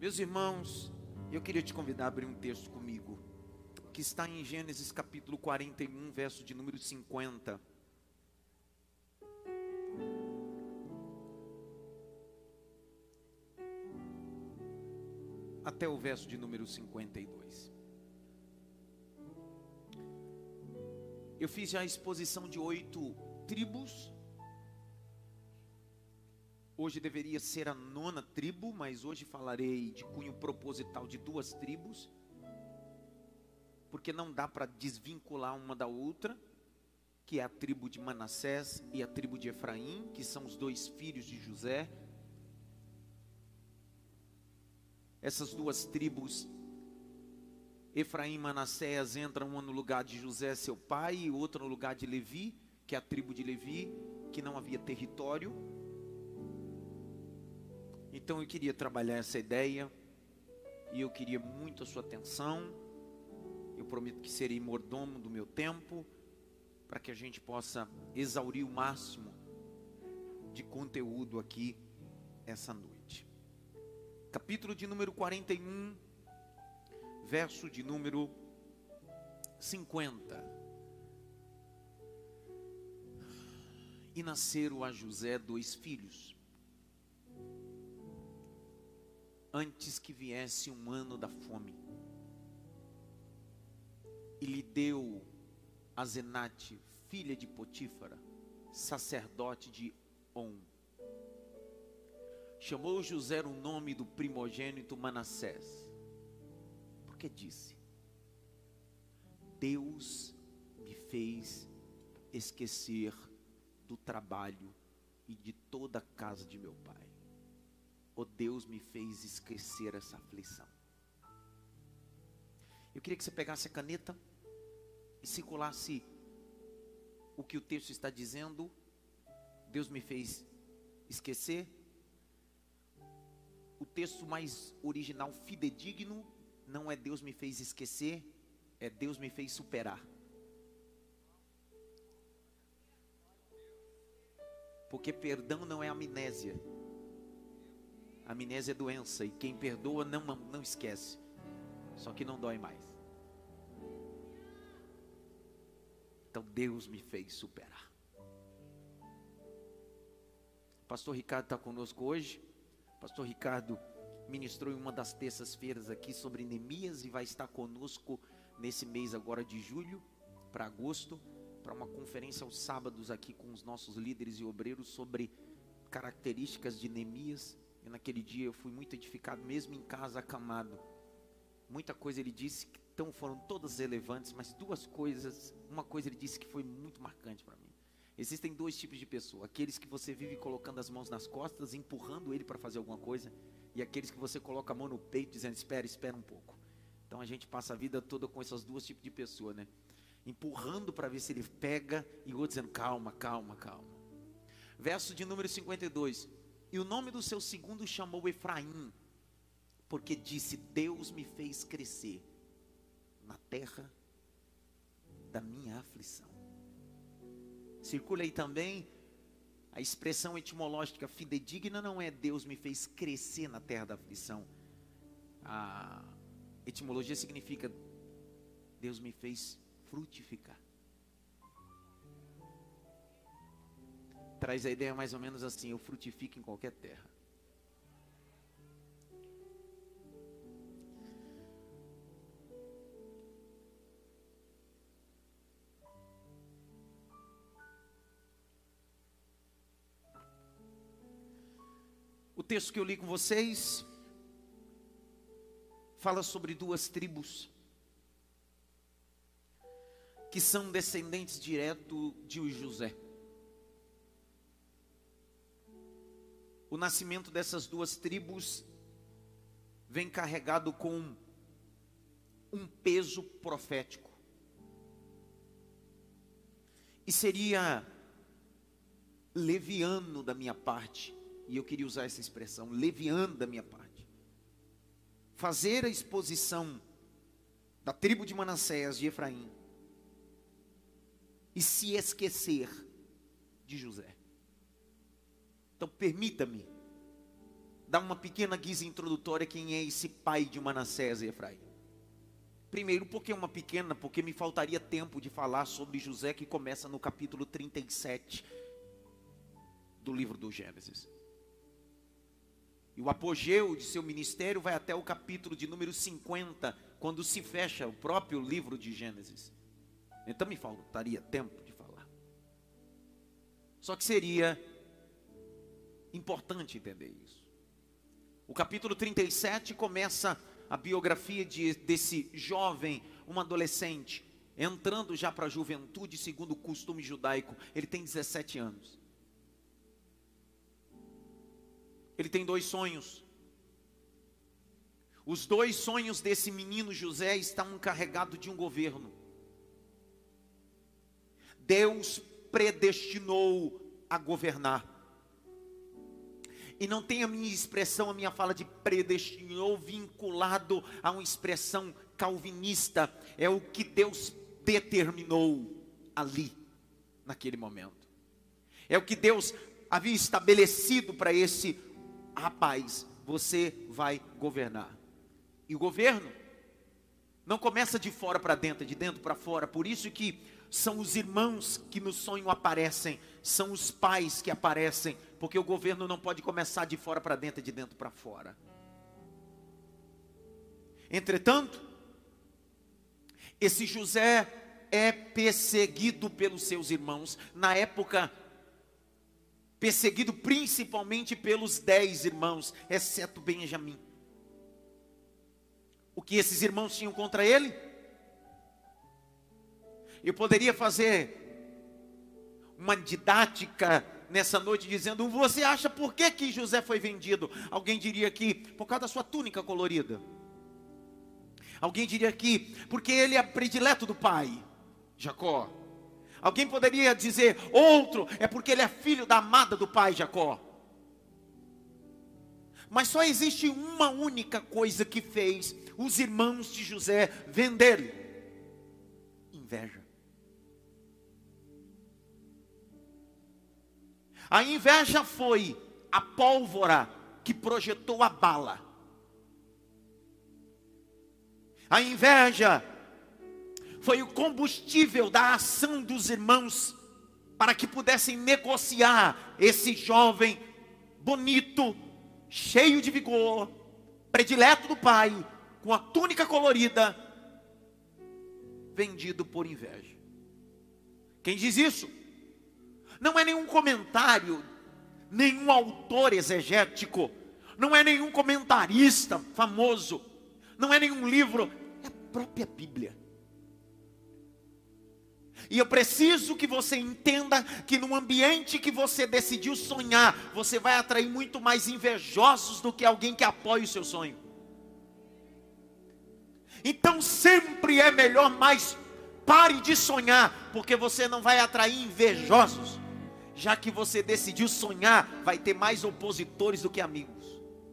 Meus irmãos, eu queria te convidar a abrir um texto comigo, que está em Gênesis capítulo 41, verso de número 50. Até o verso de número 52. Eu fiz já a exposição de 8 tribos. Hoje deveria ser a 9ª tribo, mas hoje falarei de cunho proposital de 2 tribos, porque não dá para desvincular uma da outra, que é a tribo de Manassés e a tribo de Efraim, que são os 2 filhos de José. Essas 2 tribos, Efraim e Manassés, entram uma no lugar de José, seu pai, e outra no lugar de Levi, que é a tribo de Levi, que não havia território. Então eu queria trabalhar essa ideia, e eu queria muito a sua atenção. Eu prometo que serei mordomo do meu tempo, para que a gente possa exaurir o máximo de conteúdo aqui essa noite. Capítulo de número 41, verso de número 50. E nasceram a José 2 filhos, antes que viesse um ano da fome. E lhe deu a Zenate, filha de Potífara, sacerdote de On. Chamou José o nome do primogênito Manassés, porque disse: Deus me fez esquecer do trabalho e de toda a casa de meu pai. Oh, Deus me fez esquecer essa aflição. Eu queria que você pegasse a caneta e circulasse o que o texto está dizendo. Deus me fez esquecer. O texto mais original, fidedigno, não é Deus me fez esquecer, é Deus me fez superar. Porque perdão não é amnésia. Amnésia é doença, e quem perdoa não esquece, só que não dói mais. Então Deus me fez superar. Pastor Ricardo está conosco hoje. Pastor Ricardo ministrou em uma das terças-feiras aqui sobre Neemias, e vai estar conosco nesse mês agora de julho para agosto, para uma conferência aos sábados aqui com os nossos líderes e obreiros sobre características de Neemias. E naquele dia eu fui muito edificado, mesmo em casa acamado. Muita coisa ele disse que foram todas relevantes, mas 2 coisas, uma coisa ele disse que foi muito marcante para mim. Existem 2 tipos de pessoa: aqueles que você vive colocando as mãos nas costas, empurrando ele para fazer alguma coisa, e aqueles que você coloca a mão no peito dizendo: espera um pouco. Então a gente passa a vida toda com esses 2 tipos de pessoa, né? Empurrando para ver se ele pega, e o outro dizendo: calma. Verso de número 52. E o nome do seu segundo chamou Efraim, porque disse: Deus me fez crescer na terra da minha aflição. Circula aí também a expressão etimológica fidedigna, não é Deus me fez crescer na terra da aflição. A etimologia significa Deus me fez frutificar. Traz a ideia mais ou menos assim: eu frutifico em qualquer terra. O texto que eu li com vocês fala sobre 2 tribos que são descendentes direto de José. O nascimento dessas 2 tribos vem carregado com um peso profético. E seria leviano da minha parte, e eu queria usar essa expressão, leviano da minha parte, fazer a exposição da tribo de Manassés, de Efraim, e se esquecer de José. Então permita-me dar uma pequena guisa introdutória quem é esse pai de Manassés e Efraim. Primeiro, porque me faltaria tempo de falar sobre José, que começa no capítulo 37 do livro do Gênesis. E o apogeu de seu ministério vai até o capítulo de número 50, quando se fecha o próprio livro de Gênesis. Então me faltaria tempo de falar. Só que seria importante entender isso. O capítulo 37 começa a biografia desse jovem, um adolescente, entrando já para a juventude, segundo o costume judaico. Ele tem 17 anos. Ele tem 2 sonhos. Os 2 sonhos desse menino José estão carregados de um governo. Deus predestinou a governar. E não tem a minha expressão, a minha fala de predestinou vinculado a uma expressão calvinista. É o que Deus determinou ali, naquele momento. É o que Deus havia estabelecido para esse rapaz. Você vai governar. E o governo não começa de fora para dentro, é de dentro para fora. Por isso que são os irmãos que no sonho aparecem, são os pais que aparecem, porque o governo não pode começar de fora para dentro, é de dentro para fora. Entretanto, esse José é perseguido pelos seus irmãos, na época, perseguido principalmente pelos 10 irmãos, exceto Benjamim. O que esses irmãos tinham contra ele? Eu poderia fazer uma didática nessa noite dizendo: você acha por que José foi vendido? Alguém diria que por causa da sua túnica colorida. Alguém diria que porque ele é predileto do pai, Jacó. Alguém poderia dizer, outro, é porque ele é filho da amada do pai, Jacó. Mas só existe uma única coisa que fez os irmãos de José vendê-lo: inveja. A inveja foi a pólvora que projetou a bala. A inveja foi o combustível da ação dos irmãos para que pudessem negociar esse jovem bonito, cheio de vigor, predileto do pai, com a túnica colorida, vendido por inveja. Quem diz isso? Não é nenhum comentário, nenhum autor exegético, não é nenhum comentarista famoso, não é nenhum livro, é a própria Bíblia. E eu preciso que você entenda que no ambiente que você decidiu sonhar, você vai atrair muito mais invejosos do que alguém que apoie o seu sonho. Então sempre é melhor, mais pare de sonhar, porque você não vai atrair invejosos. Já que você decidiu sonhar, vai ter mais opositores do que amigos.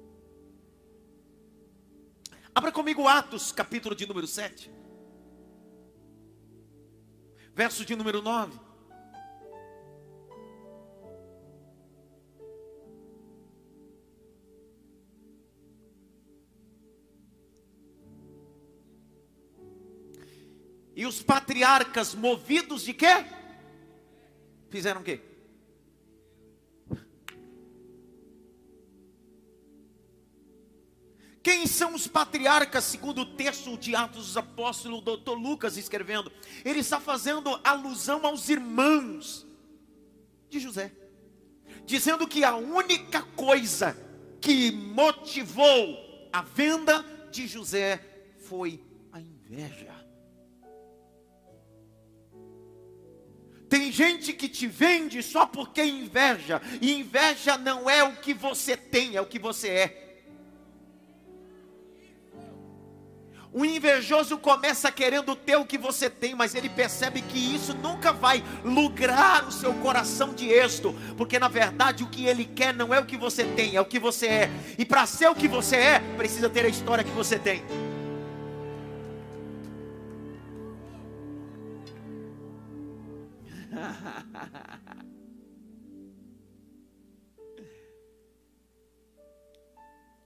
Abra comigo Atos, capítulo de número 7. Verso de número 9. E os patriarcas, movidos de quê? Fizeram o quê? Quem são os patriarcas, segundo o texto de Atos dos Apóstolos, o doutor Lucas escrevendo? Ele está fazendo alusão aos irmãos de José, dizendo que a única coisa que motivou a venda de José foi a inveja. Tem gente que te vende só porque inveja, e inveja não é o que você tem, é o que você é. O invejoso começa querendo ter o que você tem, mas ele percebe que isso nunca vai lograr o seu coração de êxito, porque na verdade o que ele quer não é o que você tem, é o que você é. E para ser o que você é, precisa ter a história que você tem.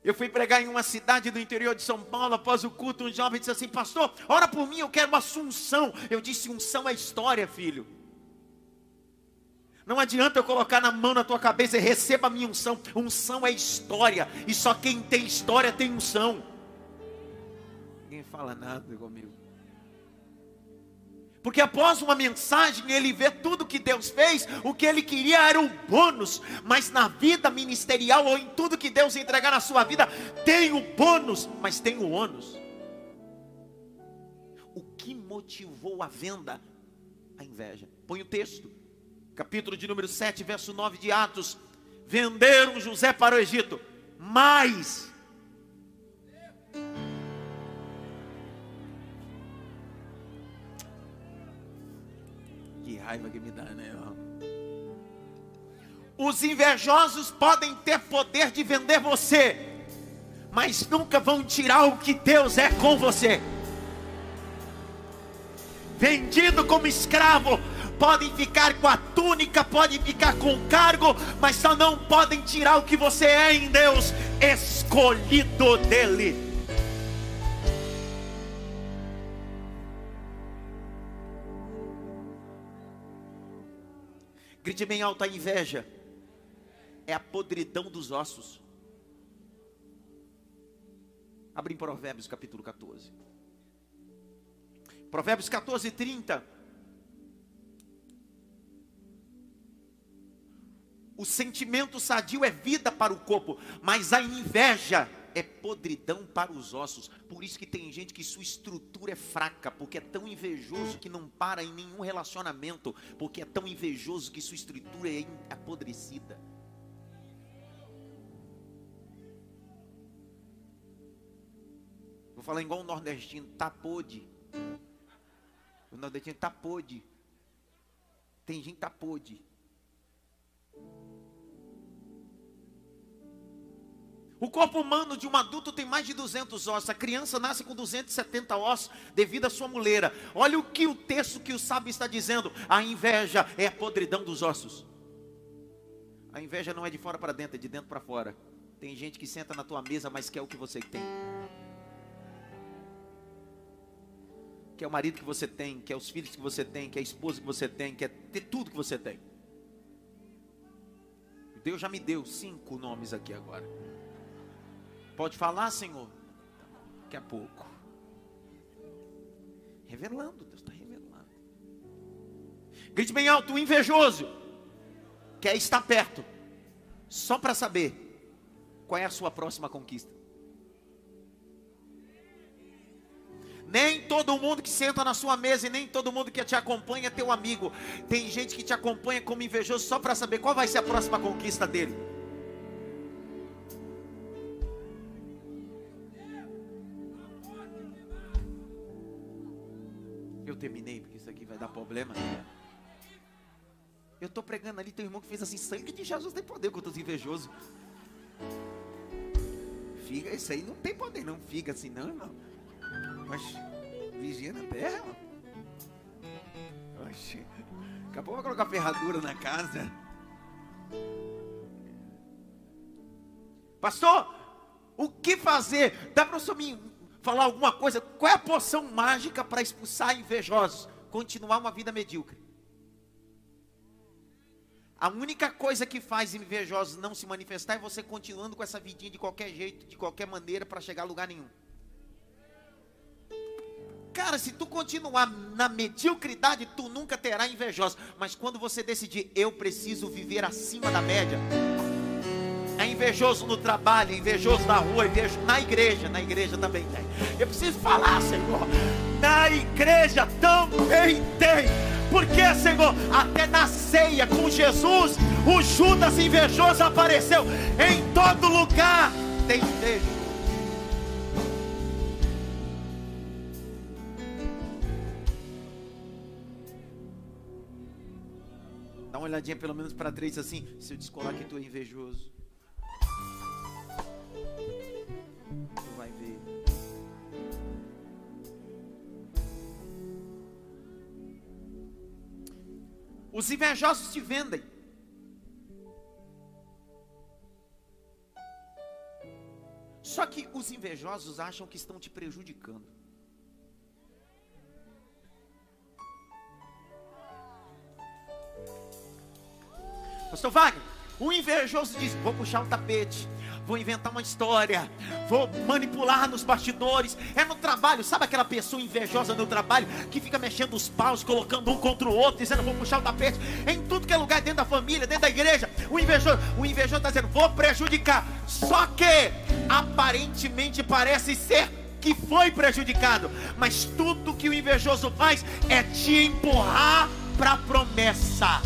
Eu fui pregar em uma cidade do interior de São Paulo. Após o culto, um jovem disse assim: pastor, ora por mim, eu quero uma unção. Eu disse: unção é história, filho. Não adianta eu colocar na mão na tua cabeça e receba a minha unção. Unção é história, e só quem tem história tem unção. Ninguém fala nada comigo. Porque após uma mensagem, ele vê tudo que Deus fez. O que ele queria era um bônus. Mas na vida ministerial, ou em tudo que Deus entregar na sua vida, tem o bônus, mas tem o ônus. O que motivou a venda? A inveja. Põe o texto. Capítulo de número 7, verso 9 de Atos. Venderam José para o Egito, mas... Que raiva que me dá, né? Os invejosos podem ter poder de vender você, mas nunca vão tirar o que Deus é com você. Vendido como escravo, podem ficar com a túnica, podem ficar com o cargo, mas só não podem tirar o que você é em Deus, escolhido dele. Grite bem alto: a inveja é a podridão dos ossos. Abre em Provérbios capítulo 14. Provérbios 14, 30. O sentimento sadio é vida para o corpo, mas a inveja é podridão para os ossos. Por isso que tem gente que sua estrutura é fraca, porque é tão invejoso que não para em nenhum relacionamento, porque é tão invejoso que sua estrutura é apodrecida. Vou falar igual um nordestino: tá podre. O nordestino tá podre. Tem gente que tá podre. O corpo humano de um adulto tem mais de 200 ossos. A criança nasce com 270 ossos devido à sua muleira. Olha o que o texto que o sábio está dizendo: a inveja é a podridão dos ossos. A inveja não é de fora para dentro, é de dentro para fora. Tem gente que senta na tua mesa, mas quer o que você tem. Quer o marido que você tem, quer os filhos que você tem, quer a esposa que você tem, quer ter tudo que você tem. Deus já me deu 5 nomes aqui agora. Pode falar, Senhor? Daqui a pouco. Revelando, Deus está revelando. Grite bem alto: o invejoso quer estar perto, só para saber qual é a sua próxima conquista. Nem todo mundo que senta na sua mesa e nem todo mundo que te acompanha é teu amigo. Tem gente que te acompanha como invejoso só para saber qual vai ser a próxima conquista dele. Eu terminei, porque isso aqui vai dar problema. Eu estou pregando ali, tem um irmão que fez assim: sangue de Jesus tem poder contra os invejosos. Figa, isso aí não tem poder, não fica assim não, irmão. Mas vigia na terra. Oxi. Daqui a pouco vai colocar ferradura na casa. Pastor, o que fazer? Dá para o senhor me falar alguma coisa? Qual é a poção mágica para expulsar invejosos? Continuar uma vida medíocre. A única coisa que faz invejosos não se manifestar é você continuando com essa vidinha de qualquer jeito, de qualquer maneira, para chegar a lugar nenhum. Cara, se tu continuar na mediocridade, tu nunca terá invejosos. Mas quando você decidir: eu preciso viver acima da média. É invejoso no trabalho, é invejoso na rua, é invejoso na igreja também tem. Eu preciso falar, Senhor, na igreja também tem. Porque, Senhor, até na ceia com Jesus, o Judas invejoso apareceu. Em todo lugar tem inveja. Dá uma olhadinha pelo menos para 3 assim: se eu descolar que tu é invejoso, tu vai ver. Os invejosos te vendem. Os invejosos acham que estão te prejudicando. Pastor Wagner, o invejoso diz: vou puxar o tapete, vou inventar uma história, vou manipular nos bastidores. É no trabalho, sabe aquela pessoa invejosa no trabalho, que fica mexendo os paus, colocando um contra o outro, dizendo: vou puxar o tapete. Em tudo que é lugar, dentro da família, dentro da igreja, o invejoso está dizendo: vou prejudicar. Só que, aparentemente parece ser que foi prejudicado, mas tudo que o invejoso faz é te empurrar para a promessa.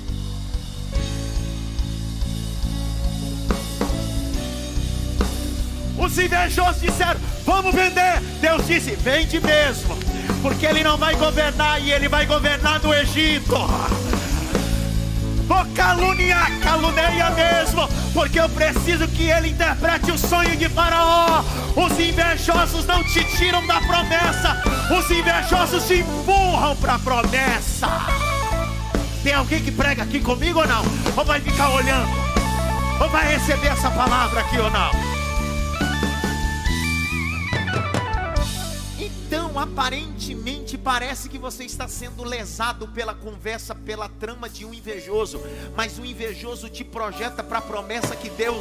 Os invejosos disseram: vamos vender. Deus disse: vende mesmo, porque ele não vai governar, e ele vai governar no Egito. Vou caluniar, caluneia mesmo, porque eu preciso que ele interprete o sonho de Faraó. Os invejosos não te tiram da promessa, os invejosos te empurram para a promessa. Tem alguém que prega aqui comigo ou não? Ou vai ficar olhando? Ou vai receber essa palavra aqui ou não? Então, aparentemente parece que você está sendo lesado pela conversa, pela trama de um invejoso, mas o invejoso te projeta para a promessa que Deus...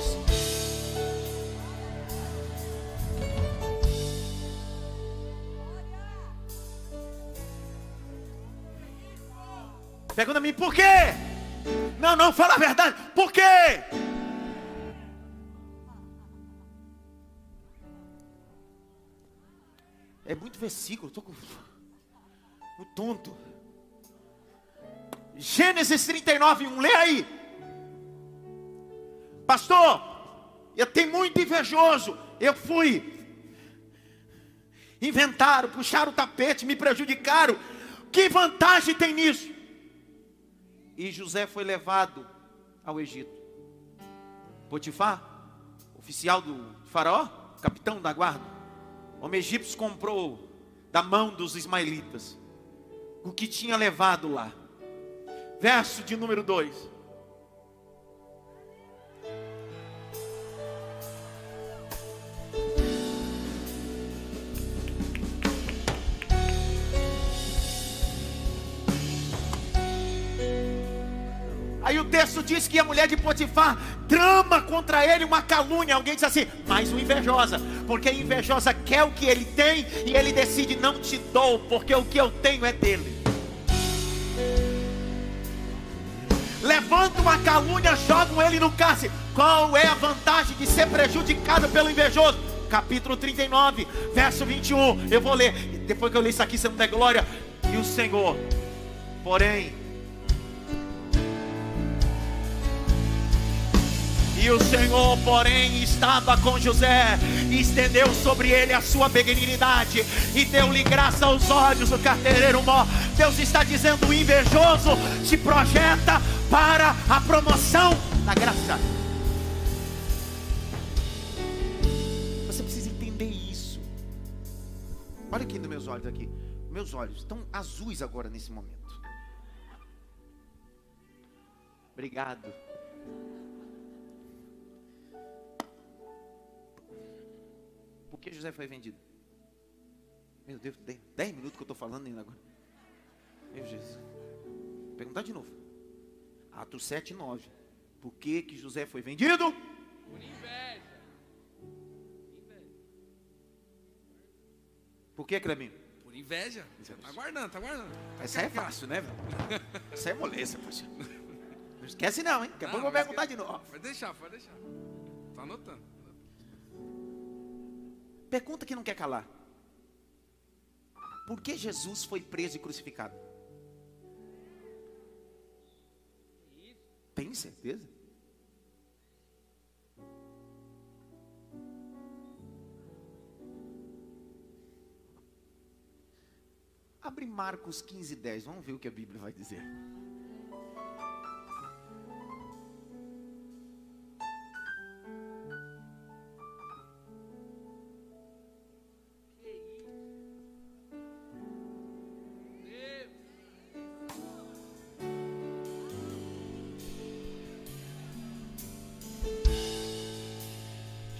Pergunta a mim: por quê? Não, fala a verdade. Por quê? É muito versículo, estou muito tonto. Gênesis 39:1, lê aí. Pastor, eu tenho muito invejoso. Eu fui. Inventaram, puxaram o tapete, me prejudicaram. Que vantagem tem nisso? E José foi levado ao Egito. Potifar, oficial do faraó, capitão da guarda, o homem egípcio, comprou da mão dos ismaelitas o que tinha levado lá. Verso de número 2. Aí o texto diz que a mulher de Potifar trama contra ele uma calúnia. Alguém diz assim: mais uma invejosa, porque a invejosa quer o que ele tem e ele decide: não te dou, porque o que eu tenho é dele. Levantam uma calúnia, jogam ele no cárcere. Qual é a vantagem de ser prejudicado pelo invejoso? Capítulo 39, verso 21. Eu vou ler, depois que eu ler isso aqui, você não der glória. E o Senhor, porém, estava com José, e estendeu sobre ele a sua benignidade, e deu-lhe graça aos olhos do cartereiro mor. Deus está dizendo: o invejoso te projeta para a promoção da graça. Você precisa entender isso. Olha aqui nos meus olhos aqui. Meus olhos estão azuis agora nesse momento. Obrigado. Por que José foi vendido? Meu Deus, 10 minutos que eu estou falando ainda agora. Meu Jesus. Vou perguntar de novo. Atos 7:9. Por que José foi vendido? Por inveja. Por que, Cleminho? Por inveja. Tá aguardando. Essa é fácil, né, velho? Essa é moleza, poxa. Não esquece não, hein? Daqui a pouco eu vou perguntar de novo. Pode deixar. Tô anotando. Pergunta que não quer calar. Por que Jesus foi preso e crucificado? Tem certeza? Abre Marcos 15:10. Vamos ver o que a Bíblia vai dizer.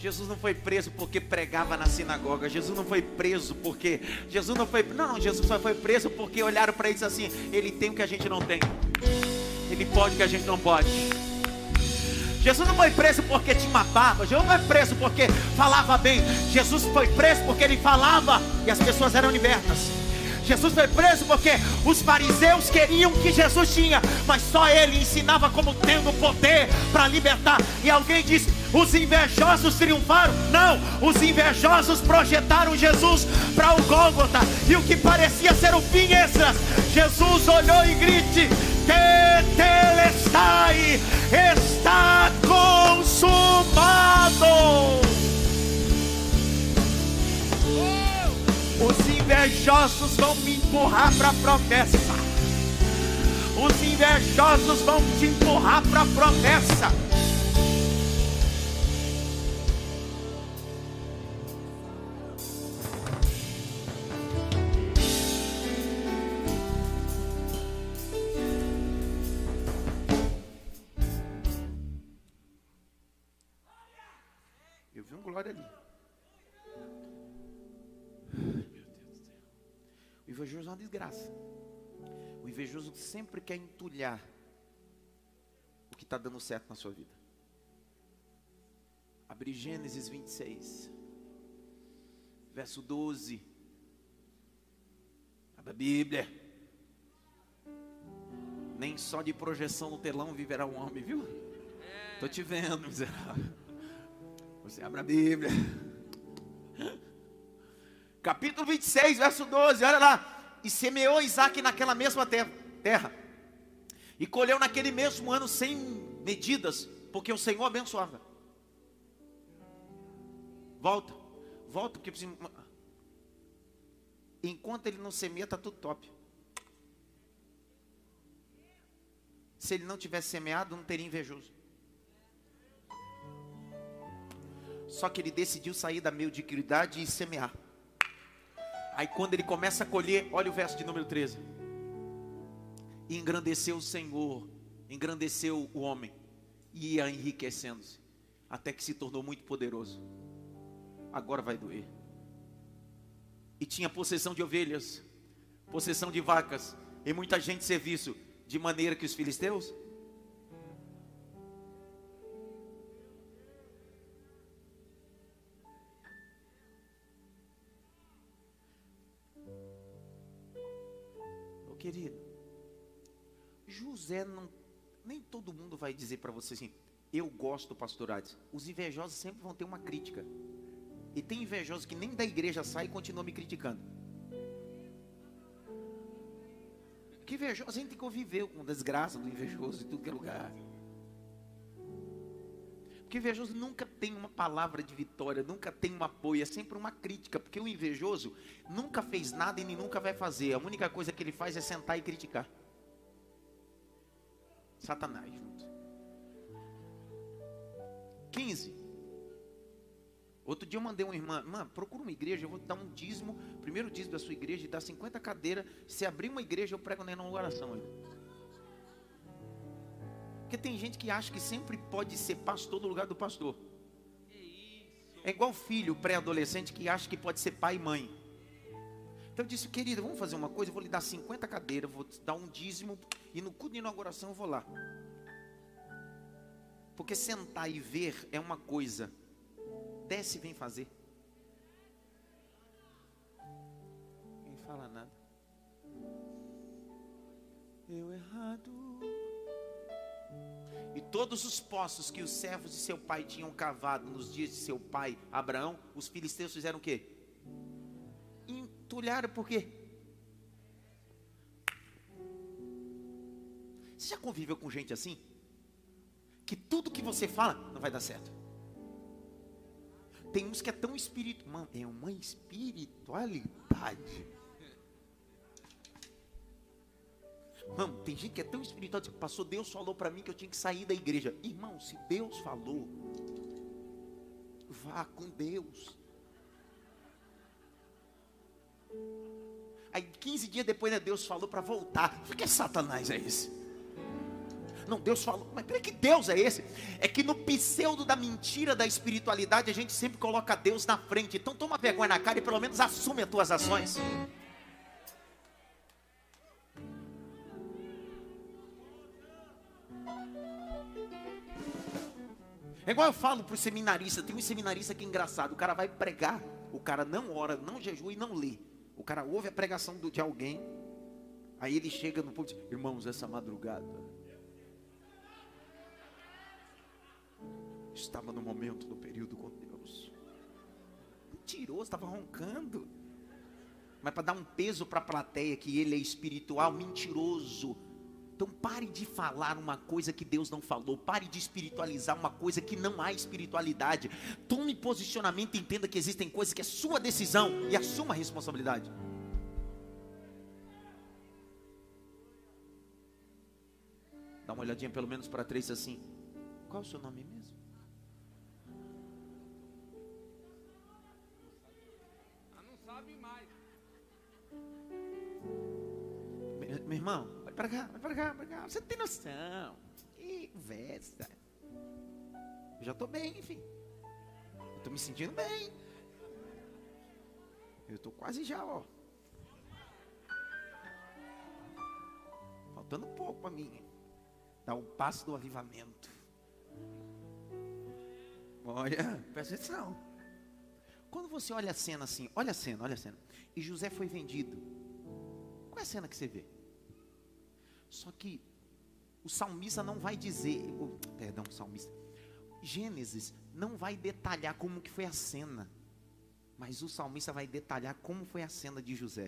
Jesus não foi preso porque pregava na sinagoga. Jesus não foi preso porque... Jesus só foi preso porque olharam para ele e disseram assim: ele tem o que a gente não tem, ele pode o que a gente não pode. Jesus não foi preso porque tinha uma barba. Jesus não foi preso porque falava bem. Jesus foi preso porque ele falava e as pessoas eram libertas. Jesus foi preso porque os fariseus queriam o que Jesus tinha, mas só ele ensinava como tendo poder para libertar. E alguém disse: os invejosos triunfaram. Não, os invejosos projetaram Jesus para o Gólgota, e o que parecia ser o fim extra, Jesus olhou e grite: tetelestai, está consumado. Os invejosos vão me empurrar para a promessa. Os invejosos vão te empurrar para a promessa. Eu vi um glória ali. O invejoso é uma desgraça. O invejoso sempre quer entulhar o que está dando certo na sua vida. Abre Gênesis 26, verso 12. Abre a Bíblia. Nem só de projeção no telão viverá um homem, viu? Estou te vendo, miserável. Você abre a Bíblia. Capítulo 26, verso 12, olha lá. E semeou Isaac naquela mesma terra, e colheu naquele mesmo ano sem medidas, porque o Senhor abençoava. Volta, porque enquanto ele não semeia, está tudo top. Se ele não tivesse semeado, não teria invejoso. Só que ele decidiu sair da mediocridade e semear. Aí quando ele começa a colher, olha o verso de número 13. E engrandeceu o Senhor, engrandeceu o homem, e ia enriquecendo-se, até que se tornou muito poderoso. Agora vai doer. E tinha possessão de ovelhas, possessão de vacas, e muita gente serviço, de maneira que os filisteus... Querido, José não, nem todo mundo vai dizer para você assim: eu gosto do pastor Adson. Os invejosos sempre vão ter uma crítica. E tem invejosos que nem da igreja sai e continuam me criticando. Que invejoso, a gente tem que conviver com a desgraça do invejoso em tudo que é lugar. Porque o invejoso nunca tem uma palavra de vitória, nunca tem um apoio, é sempre uma crítica. Porque o invejoso nunca fez nada e nem nunca vai fazer. A única coisa que ele faz é sentar e criticar. Satanás junto. 15. Outro dia eu mandei uma irmã: mano, procura uma igreja, eu vou te dar um dízimo, primeiro dízimo da sua igreja, e dar 50 cadeiras. Se abrir uma igreja, eu prego nela uma oração ainda. Porque tem gente que acha que sempre pode ser pastor no lugar do pastor. É igual filho pré-adolescente que acha que pode ser pai e mãe. Então eu disse: querida, vamos fazer uma coisa, eu vou lhe dar 50 cadeiras, vou te dar um dízimo, e no culto de inauguração eu vou lá. Porque sentar e ver é uma coisa, desce e vem fazer. Ninguém fala nada. Eu errado. E todos os poços que os servos de seu pai tinham cavado nos dias de seu pai Abraão, os filisteus fizeram o quê? Entulharam. Por quê? Você já conviveu com gente assim? Que tudo que você fala não vai dar certo. Tem uns que é tão espiritual. Mano, é uma espiritualidade. Mano, tem gente que é tão espiritual. Tipo, pastor, Deus falou para mim que eu tinha que sair da igreja. Irmão, se Deus falou, vá com Deus. Aí 15 dias depois, né, Deus falou para voltar. Que Satanás é esse? Não, Deus falou. Mas peraí, que Deus é esse? É que no pseudo da mentira da espiritualidade, a gente sempre coloca Deus na frente. Então toma vergonha na cara e pelo menos assume as tuas ações. É igual eu falo para os seminaristas. Tem um seminarista que é engraçado. O cara vai pregar, o cara não ora, não jejua e não lê. O cara ouve a pregação de alguém. Aí ele chega no ponto e diz: irmãos, essa madrugada estava no momento, no período com Deus. Mentiroso, estava roncando. Mas para dar um peso para a plateia que ele é espiritual, mentiroso. Então pare de falar uma coisa que Deus não falou. Pare de espiritualizar uma coisa que não há espiritualidade. Tome posicionamento e entenda que existem coisas que é sua decisão. E assuma a responsabilidade. Dá uma olhadinha pelo menos para três assim. Qual é o seu nome mesmo? Não sabe mais. Meu irmão, olha para cá, olha para cá, para cá. Você tem noção? Que conversa. Eu já estou bem, enfim. Eu estou me sentindo bem. Eu estou quase já, ó. Faltando pouco para mim. Dá o passo do avivamento. Olha, presta atenção. Quando você olha a cena assim, olha a cena, olha a cena. E José foi vendido. Qual é a cena que você vê? Só que o salmista não vai dizer, o salmista, Gênesis não vai detalhar como que foi a cena, mas o salmista vai detalhar como foi a cena de José.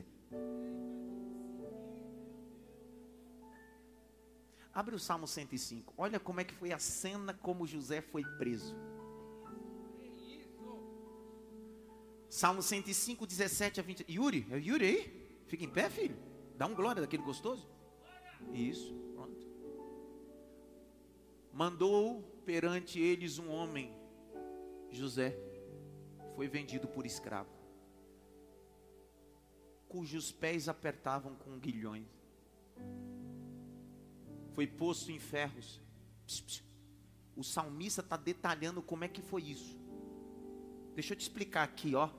Abre o Salmo 105, olha como é que foi a cena como José foi preso. Salmo 105, 17 a 20. Yuri, é o Yuri aí? Fica em pé, filho. Dá um glória daquele gostoso. Isso, pronto. Mandou perante eles um homem, José, foi vendido por escravo, cujos pés apertavam com guilhões, foi posto em ferros. O salmista está detalhando como é que foi isso. Deixa eu te explicar aqui, ó.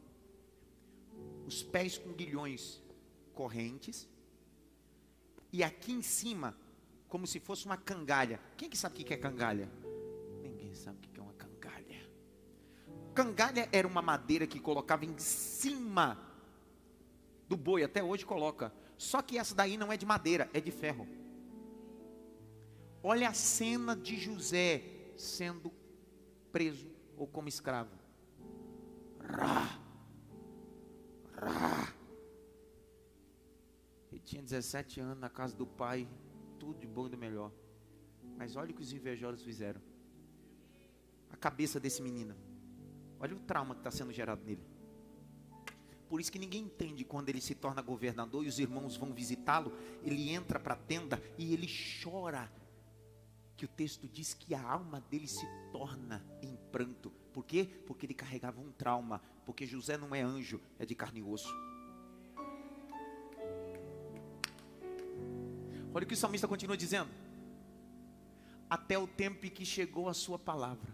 Os pés com guilhões, correntes, e aqui em cima, como se fosse uma cangalha. Quem que sabe o que é cangalha? Ninguém sabe o que é uma cangalha. Cangalha era uma madeira que colocava em cima do boi, até hoje coloca. Só que essa daí não é de madeira, é de ferro. Olha a cena de José sendo preso ou como escravo. Rá, rá. Ele tinha 17 anos na casa do pai, tudo de bom e do melhor. Mas olha o que os invejosos fizeram. A cabeça desse menino. Olha o trauma que está sendo gerado nele. Por isso que ninguém entende quando ele se torna governador e os irmãos vão visitá-lo. Ele entra para a tenda e ele chora. Que o texto diz que a alma dele se torna em pranto. Por quê? Porque ele carregava um trauma. Porque José não é anjo, é de carne e osso. Olha o que o salmista continua dizendo. Até o tempo em que chegou a sua palavra.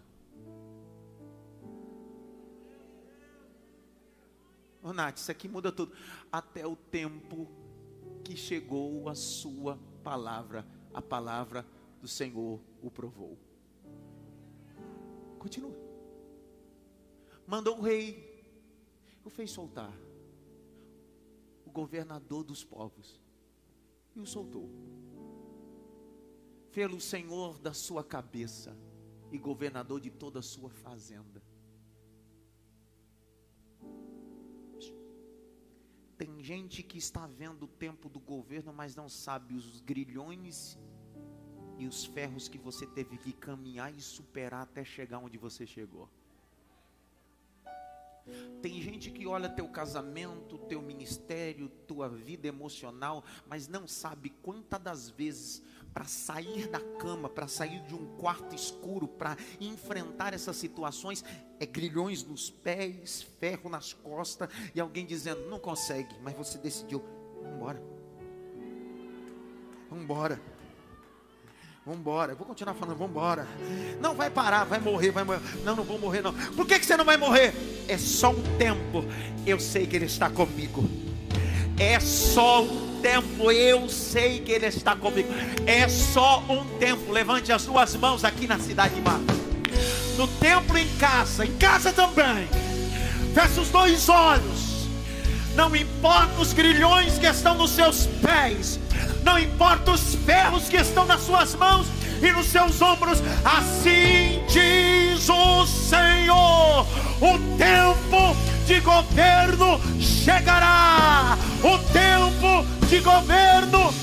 Ô Nath, isso aqui muda tudo. Até o tempo que chegou a sua palavra. A palavra do Senhor o provou. Continua. Mandou o rei, o fez soltar, o governador dos povos, e o soltou. Fê-lo senhor da sua cabeça e governador de toda a sua fazenda. Tem gente que está vendo o tempo do governo, mas não sabe os grilhões e os ferros que você teve que caminhar e superar até chegar onde você chegou. Tem gente que olha teu casamento, teu ministério, tua vida emocional, mas não sabe quantas das vezes para sair da cama, para sair de um quarto escuro, para enfrentar essas situações, é grilhões nos pés, ferro nas costas e alguém dizendo, não consegue, mas você decidiu, vamos embora. Vambora, eu vou continuar falando, vambora. Não vai parar, vai morrer, vai morrer. Não, não vou morrer não. Por que você não vai morrer? É só um tempo. Eu sei que Ele está comigo. É só um tempo. Eu sei que Ele está comigo. É só um tempo. Levante as duas mãos aqui na cidade de Marcos. No templo, em casa também. Feche os dois olhos. Não importa os grilhões que estão nos seus pés, não importa os ferros que estão nas suas mãos e nos seus ombros, assim diz o Senhor: o tempo de governo chegará. O tempo de governo.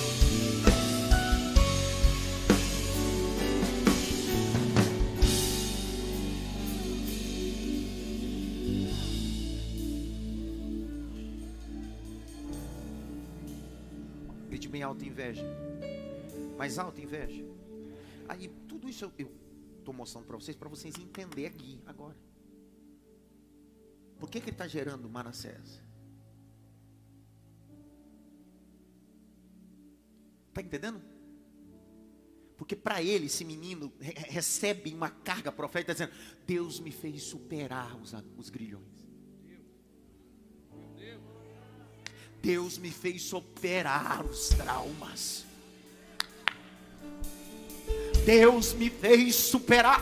Grite bem alto: inveja. Mais alto: inveja. Aí tudo isso eu estou mostrando para vocês entenderem aqui agora. Por que ele está gerando Manassés? Está entendendo? Porque para ele, esse menino recebe uma carga profética dizendo: Deus me fez superar os grilhões. Deus me fez superar os traumas. Deus me fez superar.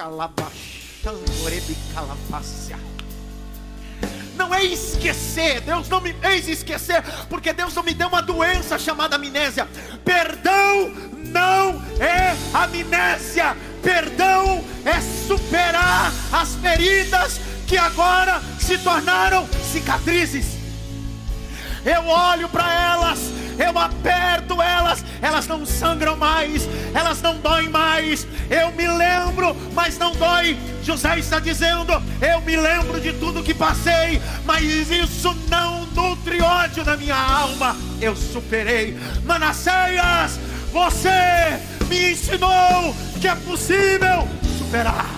Não é esquecer. Deus não me fez esquecer, porque Deus não me deu uma doença chamada amnésia. Perdão não é amnésia. Perdão é superar as feridas que agora se tornaram cicatrizes. Eu olho para elas, eu aperto elas, elas não sangram mais, elas não doem mais. Eu me lembro, mas não dói. José está dizendo: eu me lembro de tudo que passei, mas isso não nutre ódio na minha alma. Eu superei. Manassés, você me ensinou que é possível superar.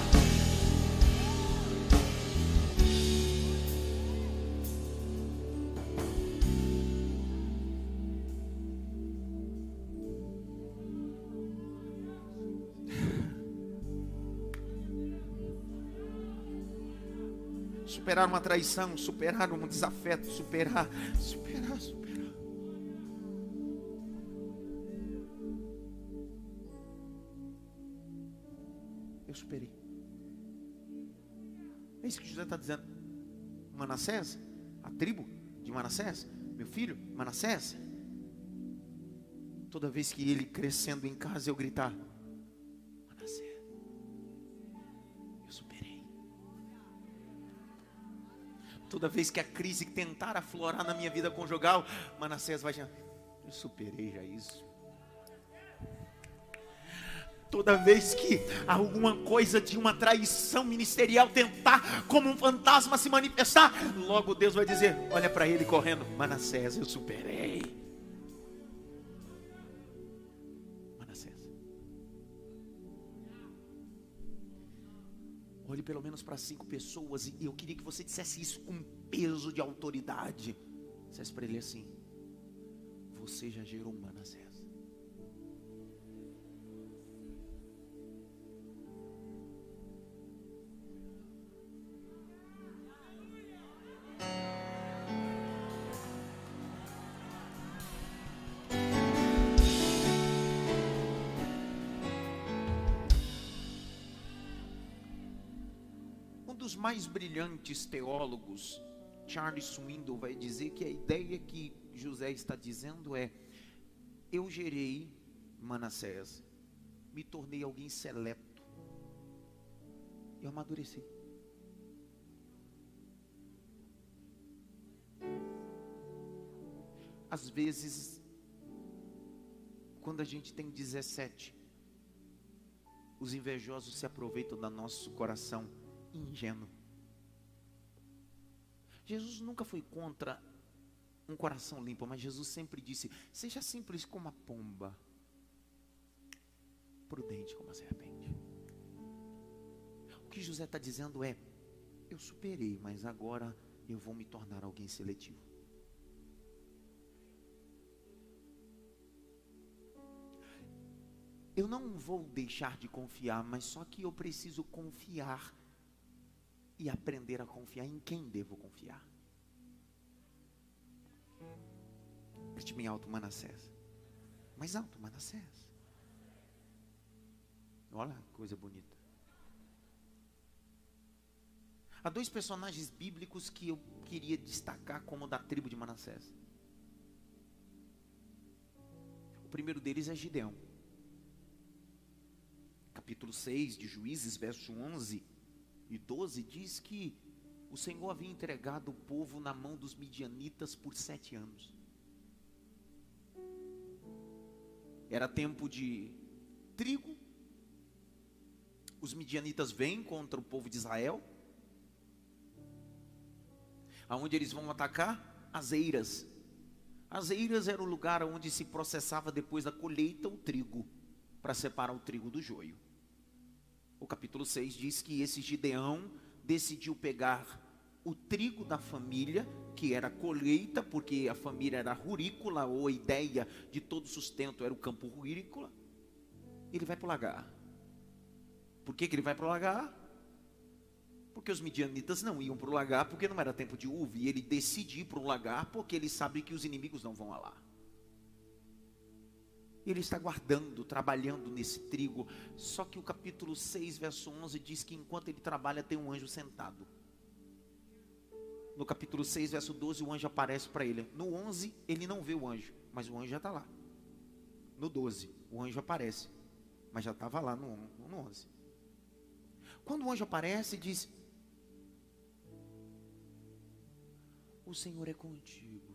Superar uma traição, superar um desafeto, superar. Eu superei. É isso que José está dizendo. Manassés, a tribo de Manassés, meu filho, Manassés. Toda vez que ele crescendo em casa, eu gritar: Manassés, eu superei. Toda vez que a crise tentar aflorar na minha vida conjugal, Manassés vai já: eu superei já isso. Toda vez que alguma coisa de uma traição ministerial tentar como um fantasma se manifestar, logo Deus vai dizer: olha para ele correndo: Manassés, eu superei. Manassés. Olhe pelo menos para 5 pessoas e eu queria que você dissesse isso com peso de autoridade. Dissesse para ele assim: você já gerou um Manassés. Dos mais brilhantes teólogos, Charles Swindoll, vai dizer que a ideia que José está dizendo é: eu gerei Manassés, me tornei alguém seleto, eu amadureci. Às vezes, quando a gente tem 17, os invejosos se aproveitam do nosso coração ingênuo. Jesus nunca foi contra um coração limpo, mas Jesus sempre disse: seja simples como a pomba, prudente como a serpente. O que José está dizendo é: eu superei, mas agora eu vou me tornar alguém seletivo. eu não vou deixar de confiar, mas só que eu preciso confiar e aprender a confiar em quem devo confiar. Grite bem alto, Manassés. Mais alto, Manassés. Olha que coisa bonita. Há dois personagens bíblicos que eu queria destacar como da tribo de Manassés. O primeiro deles é Gideão. Capítulo 6 de Juízes, verso 11 e 12, diz que o Senhor havia entregado o povo na mão dos midianitas por 7 anos. Era tempo de trigo. Os midianitas vêm contra o povo de Israel. Aonde eles vão atacar? As eiras. As eiras era o lugar onde se processava depois da colheita o trigo, para separar o trigo do joio. O capítulo 6 diz que esse Gideão decidiu pegar o trigo da família, que era colheita, porque a família era rurícola, ou a ideia de todo sustento era o campo rurícola. Ele vai para o lagar. Por que ele vai para o lagar? Porque os midianitas não iam para o lagar, porque não era tempo de uva, e ele decide ir para um lagar, porque ele sabe que os inimigos não vão lá. Ele está guardando, trabalhando nesse trigo. Só que o capítulo 6, verso 11 diz que enquanto ele trabalha tem um anjo sentado. No capítulo 6, verso 12, o anjo aparece para ele. No 11, ele não vê o anjo, mas o anjo já está lá. No 12, o anjo aparece, mas já estava lá no 11. Quando o anjo aparece, diz: o Senhor é contigo.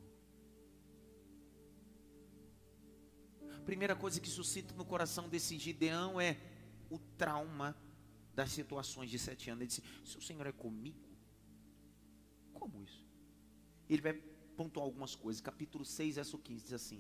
Primeira coisa que suscita no coração desse Gideão é o trauma das situações de 7 anos. Ele disse: se o Senhor é comigo, como isso? Ele vai pontuar algumas coisas. Capítulo 6, verso 15 diz assim: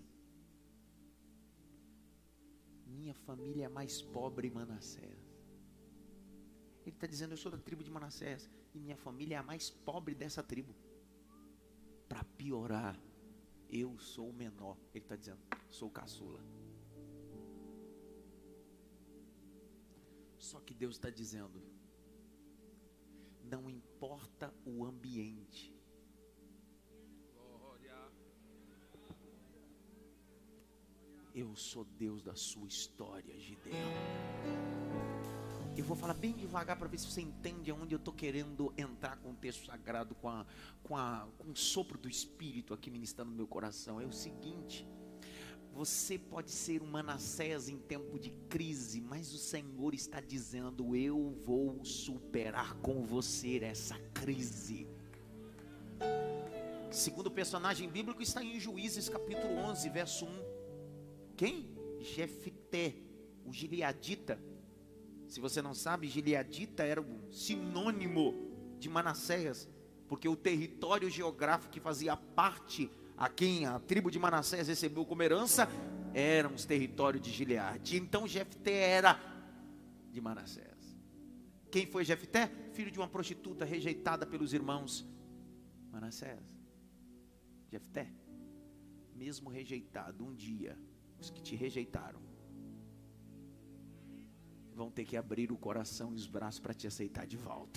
minha família é mais pobre em Manassés. Ele está dizendo: eu sou da tribo de Manassés e minha família é a mais pobre dessa tribo. Para piorar, eu sou o menor. Ele está dizendo: sou o caçula. Só que Deus está dizendo: não importa o ambiente. Eu sou Deus da sua história, Gideão. Eu vou falar bem devagar para ver se você entende aonde eu estou querendo entrar com o texto sagrado, com o sopro do Espírito aqui ministrando no meu coração. É o seguinte: você pode ser um Manassés em tempo de crise, mas o Senhor está dizendo: eu vou superar com você essa crise. Segundo personagem bíblico está em Juízes capítulo 11, verso 1. Quem? Jefté, o gileadita. Se você não sabe, gileadita era um sinônimo de Manassés, porque o território geográfico que fazia parte, a quem a tribo de Manassés recebeu como herança, eram os territórios de Gileade. Então Jefté era de Manassés. Quem foi Jefté? Filho de uma prostituta rejeitada pelos irmãos. Manassés. Jefté, mesmo rejeitado, um dia os que te rejeitaram vão ter que abrir o coração e os braços para te aceitar de volta.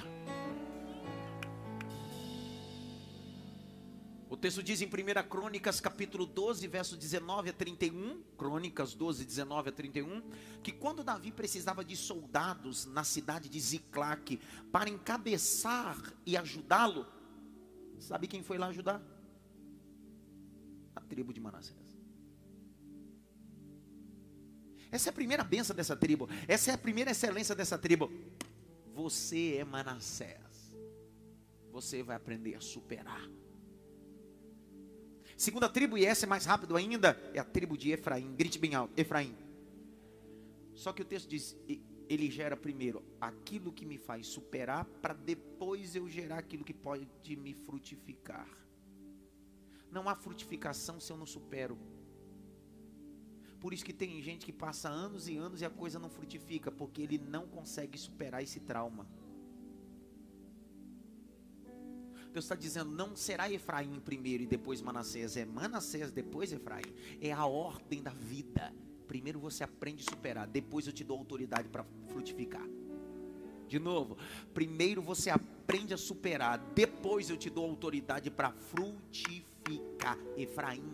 O texto diz em 1 Crônicas capítulo 12, verso 19 a 31, Crônicas 12, 19 a 31, que quando Davi precisava de soldados na cidade de Ziclague para encabeçar e ajudá-lo, sabe quem foi lá ajudar? A tribo de Manassés. Essa é a primeira bênção dessa tribo. Essa é a primeira excelência dessa tribo. Você é Manassés. Você vai aprender a superar. Segunda tribo, e essa é mais rápido ainda, é a tribo de Efraim. Grite bem alto: Efraim. Só que o texto diz: ele gera primeiro aquilo que me faz superar, para depois eu gerar aquilo que pode me frutificar. Não há frutificação se eu não supero. Por isso que tem gente que passa anos e anos e a coisa não frutifica, porque ele não consegue superar esse trauma. Deus está dizendo: não será Efraim primeiro e depois Manassés. É Manassés depois Efraim. É a ordem da vida. Primeiro você aprende a superar, depois eu te dou autoridade para frutificar. De novo, primeiro você aprende a superar, depois eu te dou autoridade para frutificar. Efraim.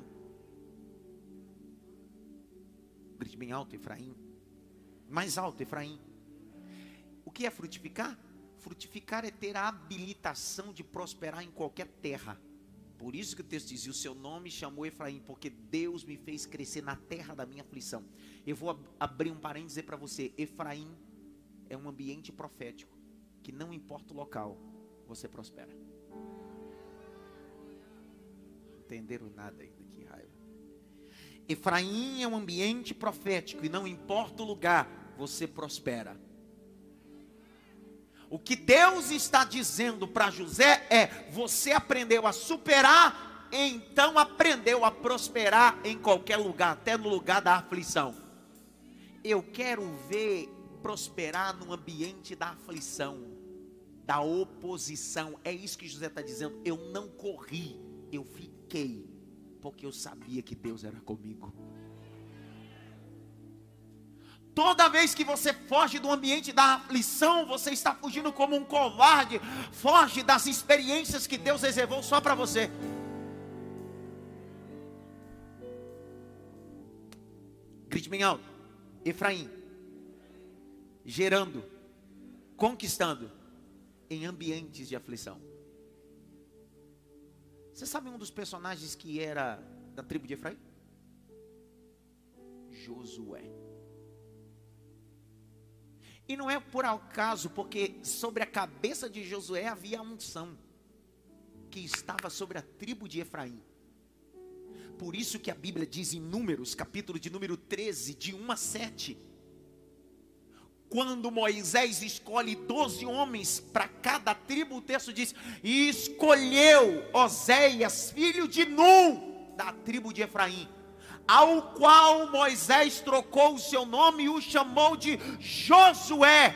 Grite bem alto, Efraim. Mais alto, Efraim. O que é frutificar? Frutificar é ter a habilitação de prosperar em qualquer terra. Por isso que o texto diz: o seu nome chamou Efraim, porque Deus me fez crescer na terra da minha aflição. Eu vou abrir um parênteses para você. Efraim é um ambiente profético, que não importa o local, você prospera. Entenderam nada ainda, que raiva. Efraim é um ambiente profético, e não importa o lugar, você prospera. O que Deus está dizendo para José é: você aprendeu a superar, então aprendeu a prosperar em qualquer lugar, até no lugar da aflição. Eu quero ver prosperar no ambiente da aflição, da oposição. É isso que José está dizendo. Eu não corri, eu fiquei, porque eu sabia que Deus era comigo. Toda vez que você foge do ambiente da aflição, você está fugindo como um covarde. Foge das experiências que Deus reservou só para você. Grite bem alto. Efraim. Gerando, conquistando em ambientes de aflição. Você sabe um dos personagens que era da tribo de Efraim? Josué. E não é por acaso, porque sobre a cabeça de Josué havia a unção que estava sobre a tribo de Efraim. Por isso que a Bíblia diz em Números, capítulo de número 13, de 1 a 7, quando Moisés escolhe 12 homens para cada tribo, o texto diz: e escolheu Oséias, filho de Num, da tribo de Efraim, ao qual Moisés trocou o seu nome e o chamou de Josué.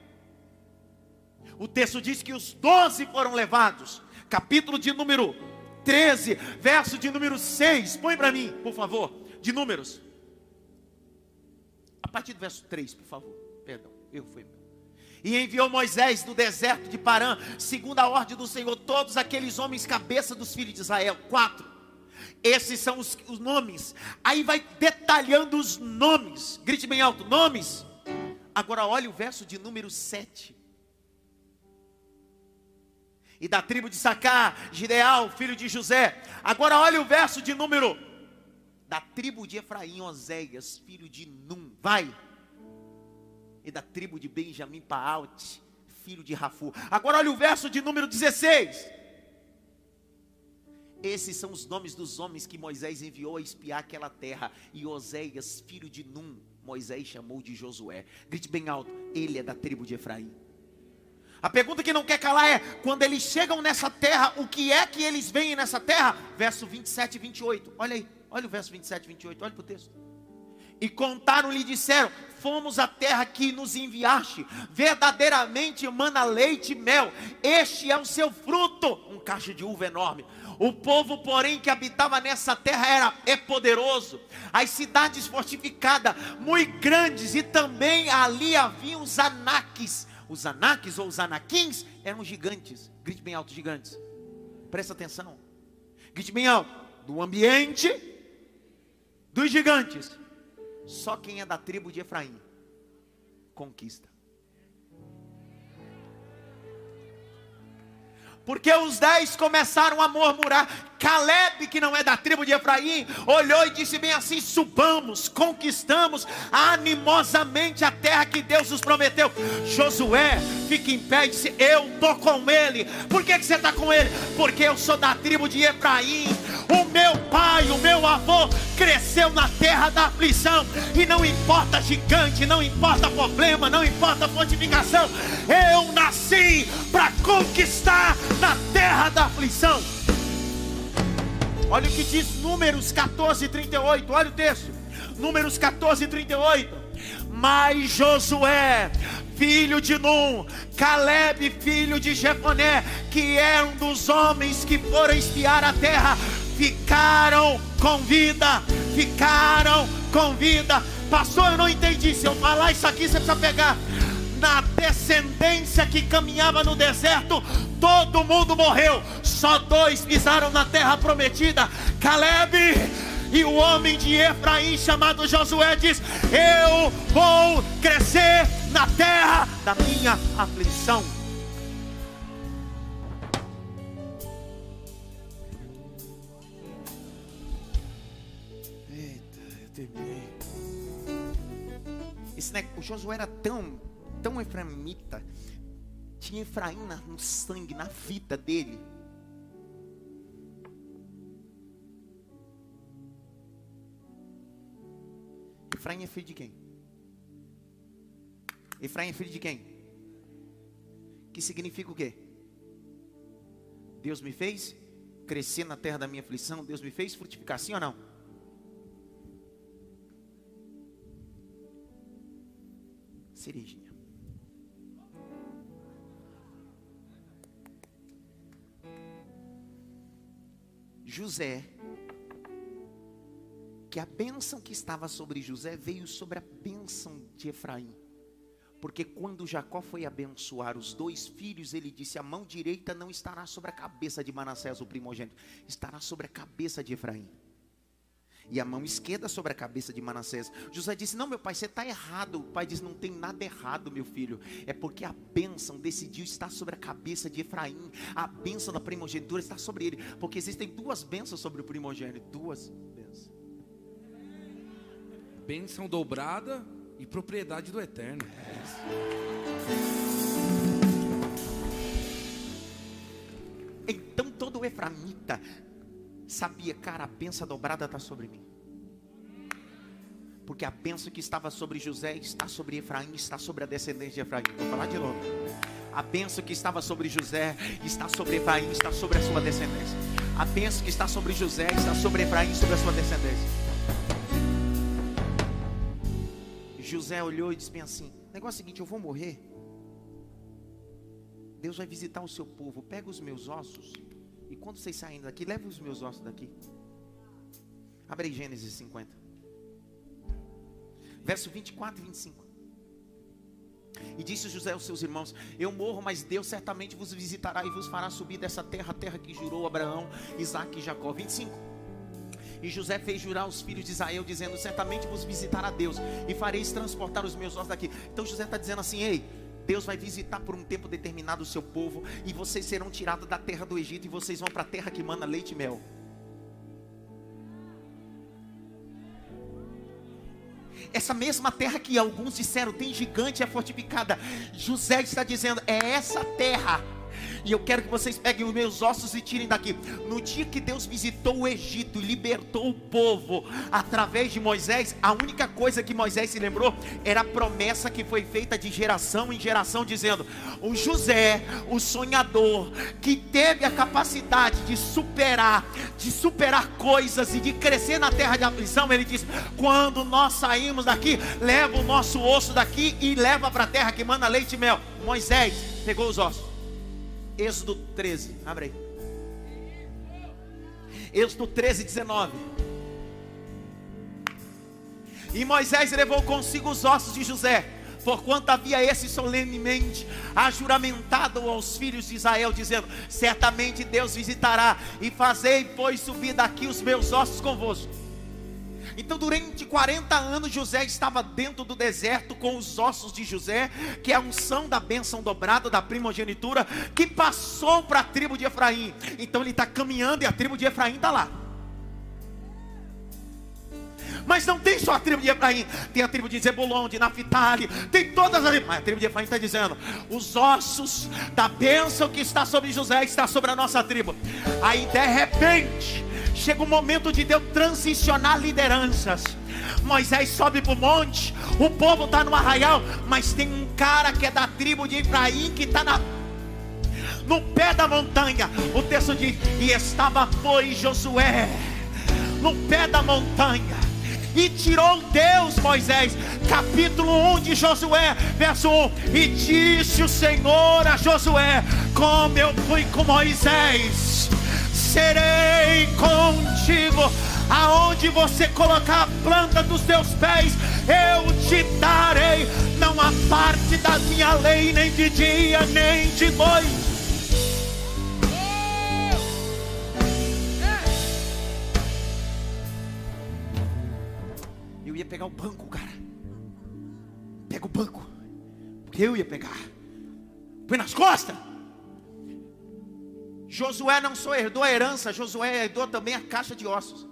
O texto diz que os 12 foram levados. Capítulo de número 13, verso de número 6. Põe para mim, por favor, de Números. A partir do verso 3, por favor. Perdão, eu fui meu. E enviou Moisés do deserto de Parã, segundo a ordem do Senhor, todos aqueles homens cabeça dos filhos de Israel. 4. Esses são os nomes. Aí vai detalhando os nomes. Grite bem alto, nomes. Agora olha o verso de número 7. E da tribo de Sacar, Gideal, filho de José. Agora olha o verso de número. Da tribo de Efraim, Oséias, filho de Num. Vai. E da tribo de Benjamim, Paalt, filho de Rafu. Agora olha o verso de número 16. Esses são os nomes dos homens que Moisés enviou a espiar aquela terra. E Oséias, filho de Num, Moisés chamou de Josué. Grite bem alto, ele é da tribo de Efraim. A pergunta que não quer calar é: quando eles chegam nessa terra, o que é que eles veem nessa terra? Verso 27 e 28, olha aí, olha o verso 27 e 28, olha para o texto. E contaram-lhe e disseram: fomos à terra que nos enviaste, verdadeiramente mana leite e mel, este é o seu fruto. Um cacho de uva enorme. O povo, porém, que habitava nessa terra é poderoso, as cidades fortificadas, muito grandes, e também ali haviam os anaques. Os anaques ou os anaquins eram gigantes. Grite bem alto, gigantes. Presta atenção. Grite bem alto. Do ambiente dos gigantes, só quem é da tribo de Efraim conquista. Porque os 10 começaram a murmurar. Caleb, que não é da tribo de Efraim, olhou e disse bem assim: subamos, conquistamos animosamente a terra que Deus nos prometeu. Josué fica em pé e disse: eu estou com ele. Por que você está com ele? Porque eu sou da tribo de Efraim. O meu pai, o meu avô cresceu na terra da aflição. E não importa gigante, não importa problema, não importa fortificação, eu nasci para conquistar na terra da aflição. Olha o que diz Números 14, 38. Olha o texto. Números 14, 38. Mas Josué, filho de Num, Caleb, filho de Jefoné, que é um dos homens que foram espiar a terra, ficaram com vida, ficaram com vida. Pastor, eu não entendi. Se eu falar isso aqui, você precisa pegar. Na descendência que caminhava no deserto, todo mundo morreu, só 2 pisaram na terra prometida, Caleb e o homem de Efraim chamado Josué. Diz: eu vou crescer na terra da minha aflição. Eita, eu terminei. O Josué era tão efraimita, tinha Efraim no sangue, na vida dele. Efraim é filho de quem? Efraim é filho de quem? Que significa o quê? Deus me fez crescer na terra da minha aflição. Deus me fez frutificar, sim ou não? Cerejinha. José, que a bênção que estava sobre José veio sobre a bênção de Efraim. Porque quando Jacó foi abençoar os 2 filhos, ele disse: a mão direita não estará sobre a cabeça de Manassés, o primogênito, estará sobre a cabeça de Efraim, e a mão esquerda sobre a cabeça de Manassés. José disse: não, meu pai, você está errado. O pai disse: não tem nada errado, meu filho. É porque a bênção decidiu estar sobre a cabeça de Efraim. A bênção da primogenitura está sobre ele. Porque existem 2 bênçãos sobre o primogênito. 2 bênçãos. Bênção dobrada e propriedade do Eterno. Então todo efraimita sabia: cara, a bênção dobrada está sobre mim. Porque a bênção que estava sobre José está sobre Efraim, está sobre a descendência de Efraim. Vou falar de novo. A bênção que estava sobre José está sobre Efraim, está sobre a sua descendência. A bênção que está sobre José está sobre Efraim, sobre a sua descendência. José olhou e disse bem assim: negócio é o seguinte, eu vou morrer, Deus vai visitar o seu povo, pega os meus ossos, e quando vocês saírem daqui, leve os meus ossos daqui. Abre aí Gênesis 50, verso 24 e 25. E disse José aos seus irmãos: eu morro, mas Deus certamente vos visitará e vos fará subir dessa terra, a terra que jurou Abraão, Isaque e Jacó. 25. E José fez jurar os filhos de Israel, dizendo: certamente vos visitará Deus, e fareis transportar os meus ossos daqui. Então José está dizendo assim: ei, Deus vai visitar por um tempo determinado o seu povo, e vocês serão tirados da terra do Egito, e vocês vão para a terra que mana leite e mel. Essa mesma terra que alguns disseram tem gigante, é fortificada. José está dizendo: é essa terra. E eu quero que vocês peguem os meus ossos e tirem daqui. No dia que Deus visitou o Egito e libertou o povo através de Moisés, a única coisa que Moisés se lembrou era a promessa que foi feita de geração em geração, dizendo: o José, o sonhador, que teve a capacidade de superar coisas e de crescer na terra de aflição, ele disse: quando nós saímos daqui, leva o nosso osso daqui e leva para a terra que mana leite e mel. Moisés pegou os ossos. Êxodo 13, abre aí. Êxodo 13, 19. E Moisés levou consigo os ossos de José, porquanto havia esse solenemente ajuramentado aos filhos de Israel, dizendo: certamente Deus visitará, e fazei, pois, subir daqui os meus ossos convosco. Então durante 40 anos José estava dentro do deserto com os ossos de José, que é a unção da bênção dobrada da primogenitura, que passou para a tribo de Efraim. Então ele está caminhando e a tribo de Efraim está lá. Mas não tem só a tribo de Efraim, tem a tribo de Zebulon, de Naphtali, tem todas as... Mas a tribo de Efraim está dizendo: os ossos da bênção que está sobre José está sobre a nossa tribo. Aí de repente chega o momento de Deus transicionar lideranças. Moisés sobe para o monte, o povo está no arraial, mas tem um cara que é da tribo de Efraim que está no pé da montanha. O texto diz: e estava, pois, Josué no pé da montanha, e tirou Deus Moisés. Capítulo 1 de Josué, verso 1. E disse o Senhor a Josué: como eu fui com Moisés, serei contigo. aonde você colocar a planta dos teus pés, eu te darei. Não há parte da minha lei, nem de dia, nem de noite. Eu ia pegar o banco, cara. Pega o banco, porque eu ia pegar. Põe nas costas. Josué não só herdou a herança, Josué herdou também a caixa de ossos.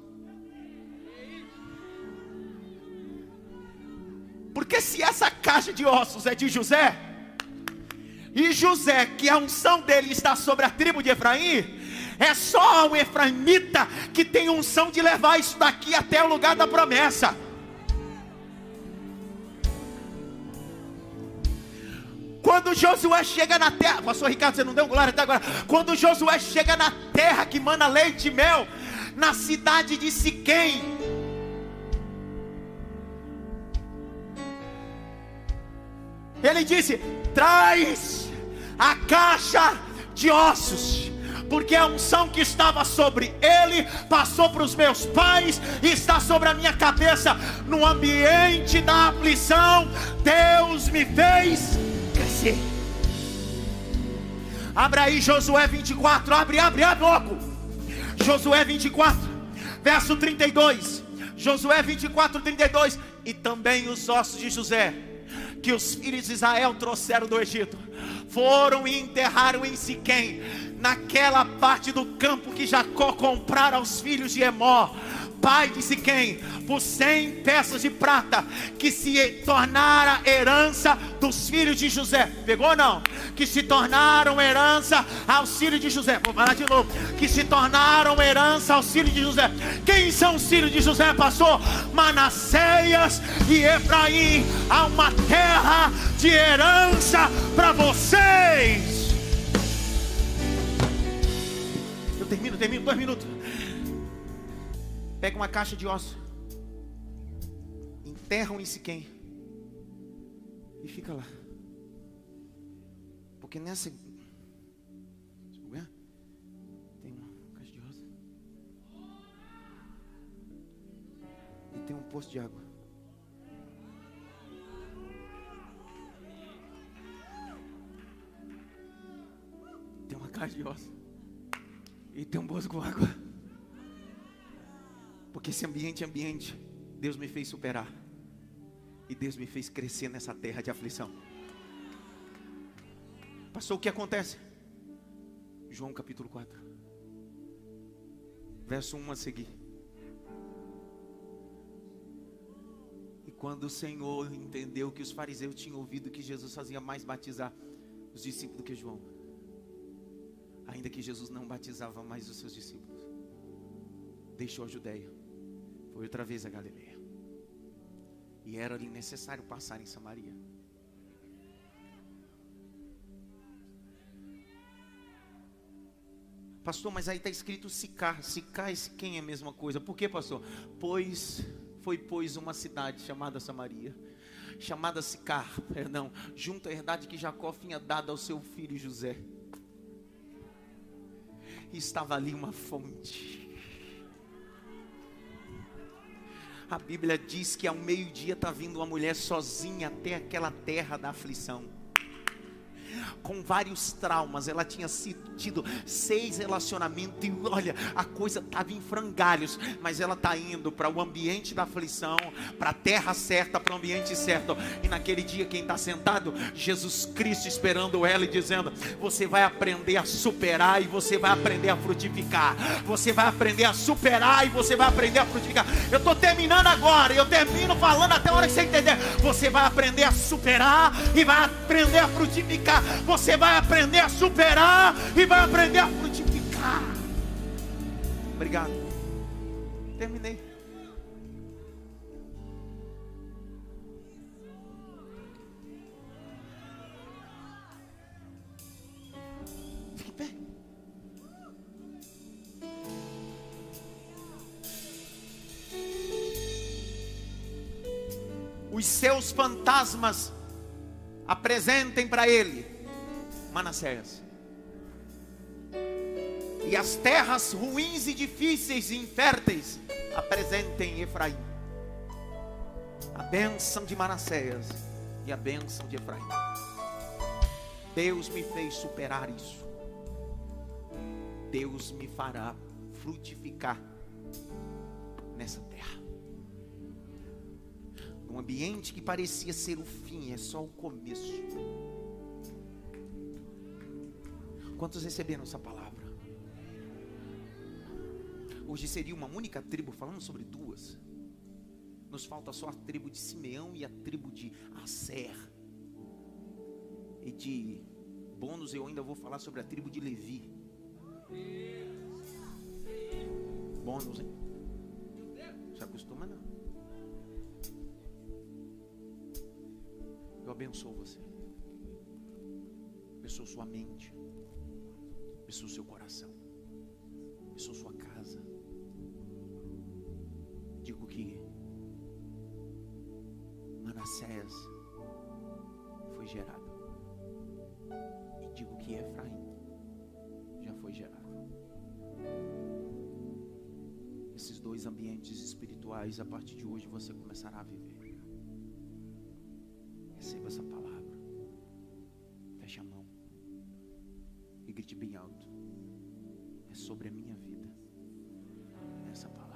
Porque se essa caixa de ossos é de José, e José, que a unção dele está sobre a tribo de Efraim, é só um efraimita que tem unção de levar isso daqui até o lugar da promessa. Quando Josué chega na terra, pastor Ricardo, você não deu glória até agora. Quando Josué chega na terra que mana leite e mel, na cidade de Siquém, ele disse: traz a caixa de ossos, porque a unção que estava sobre ele passou para os meus pais e está sobre a minha cabeça. No ambiente da aflição, Deus me fez crescer. Abre aí Josué 24, abre logo. Josué 24, verso 32. Josué 24, 32. E também os ossos de José, que os filhos de Israel trouxeram do Egito, foram e enterraram em Siquém, naquela parte do campo que Jacó comprara aos filhos de Emor, pai de Siquém, por 100 peças de prata, que se tornara herança dos filhos de José. Pegou ou não? Que se tornaram herança aos filhos de José. Vou falar de novo. Que se tornaram herança aos filhos de José. Quem são os filhos de José, pastor? Manasseias e Efraim. Há uma terra de herança para vocês. Eu termino, 2 minutos. Pega uma caixa de ossos, enterram em Siquém e fica lá. Porque nessa tem uma caixa de ossos e tem um poço de água. Tem uma caixa de ossos e tem um poço com água. Porque esse ambiente, Deus me fez superar. E Deus me fez crescer nessa terra de aflição. Pastor, o que acontece? João capítulo 4, verso 1 a seguir. E quando o Senhor entendeu que os fariseus tinham ouvido que Jesus fazia mais batizar os discípulos do que João, ainda que Jesus não batizava mais os seus discípulos, deixou a Judeia, foi outra vez a Galileia, e era-lhe necessário passar em Samaria. Pastor, mas aí está escrito Sicar. Sicar e Siquém é a mesma coisa. Por quê, pastor? Pois uma cidade chamada Samaria, chamada Sicar, junto à herdade que Jacó tinha dado ao seu filho José. E estava ali uma fonte. A Bíblia diz que ao meio-dia está vindo uma mulher sozinha até aquela terra da aflição, com vários traumas. Ela tinha tido 6 relacionamentos e olha, a coisa estava em frangalhos, mas ela está indo para o ambiente da aflição, para a terra certa, para o ambiente certo. E naquele dia quem está sentado? Jesus Cristo esperando ela e dizendo: você vai aprender a superar e você vai aprender a frutificar. Você vai aprender a superar e você vai aprender a frutificar. Eu estou terminando agora, eu termino falando até a hora que você entender. Você vai aprender a superar e vai aprender a frutificar. Você vai aprender a superar e vai aprender a frutificar. Obrigado. Terminei. Fique em pé. Os seus fantasmas apresentem para ele Manassés. E as terras ruins e difíceis e inférteis Apresentem Efraim, a bênção de Manassés e a bênção de Efraim. Deus me fez superar isso. Deus me fará frutificar nessa terra. Um ambiente que parecia ser o fim, é só o começo. Quantos receberam essa palavra? Hoje seria uma única tribo, falando sobre duas. Nos falta só a tribo de Simeão e a tribo de Aser. E de bônus eu ainda vou falar sobre a tribo de Levi. Bônus, hein? Se acostuma não. Eu abençoo você. Abençoo sua mente. Abençoo seu coração. Abençoo sua casa. Digo que Manassés foi gerado. E digo que Efraim já foi gerado. Esses dois ambientes espirituais, a partir de hoje você começará a viver. Receba essa palavra. Feche a mão e grite bem alto. É sobre a minha vida essa palavra.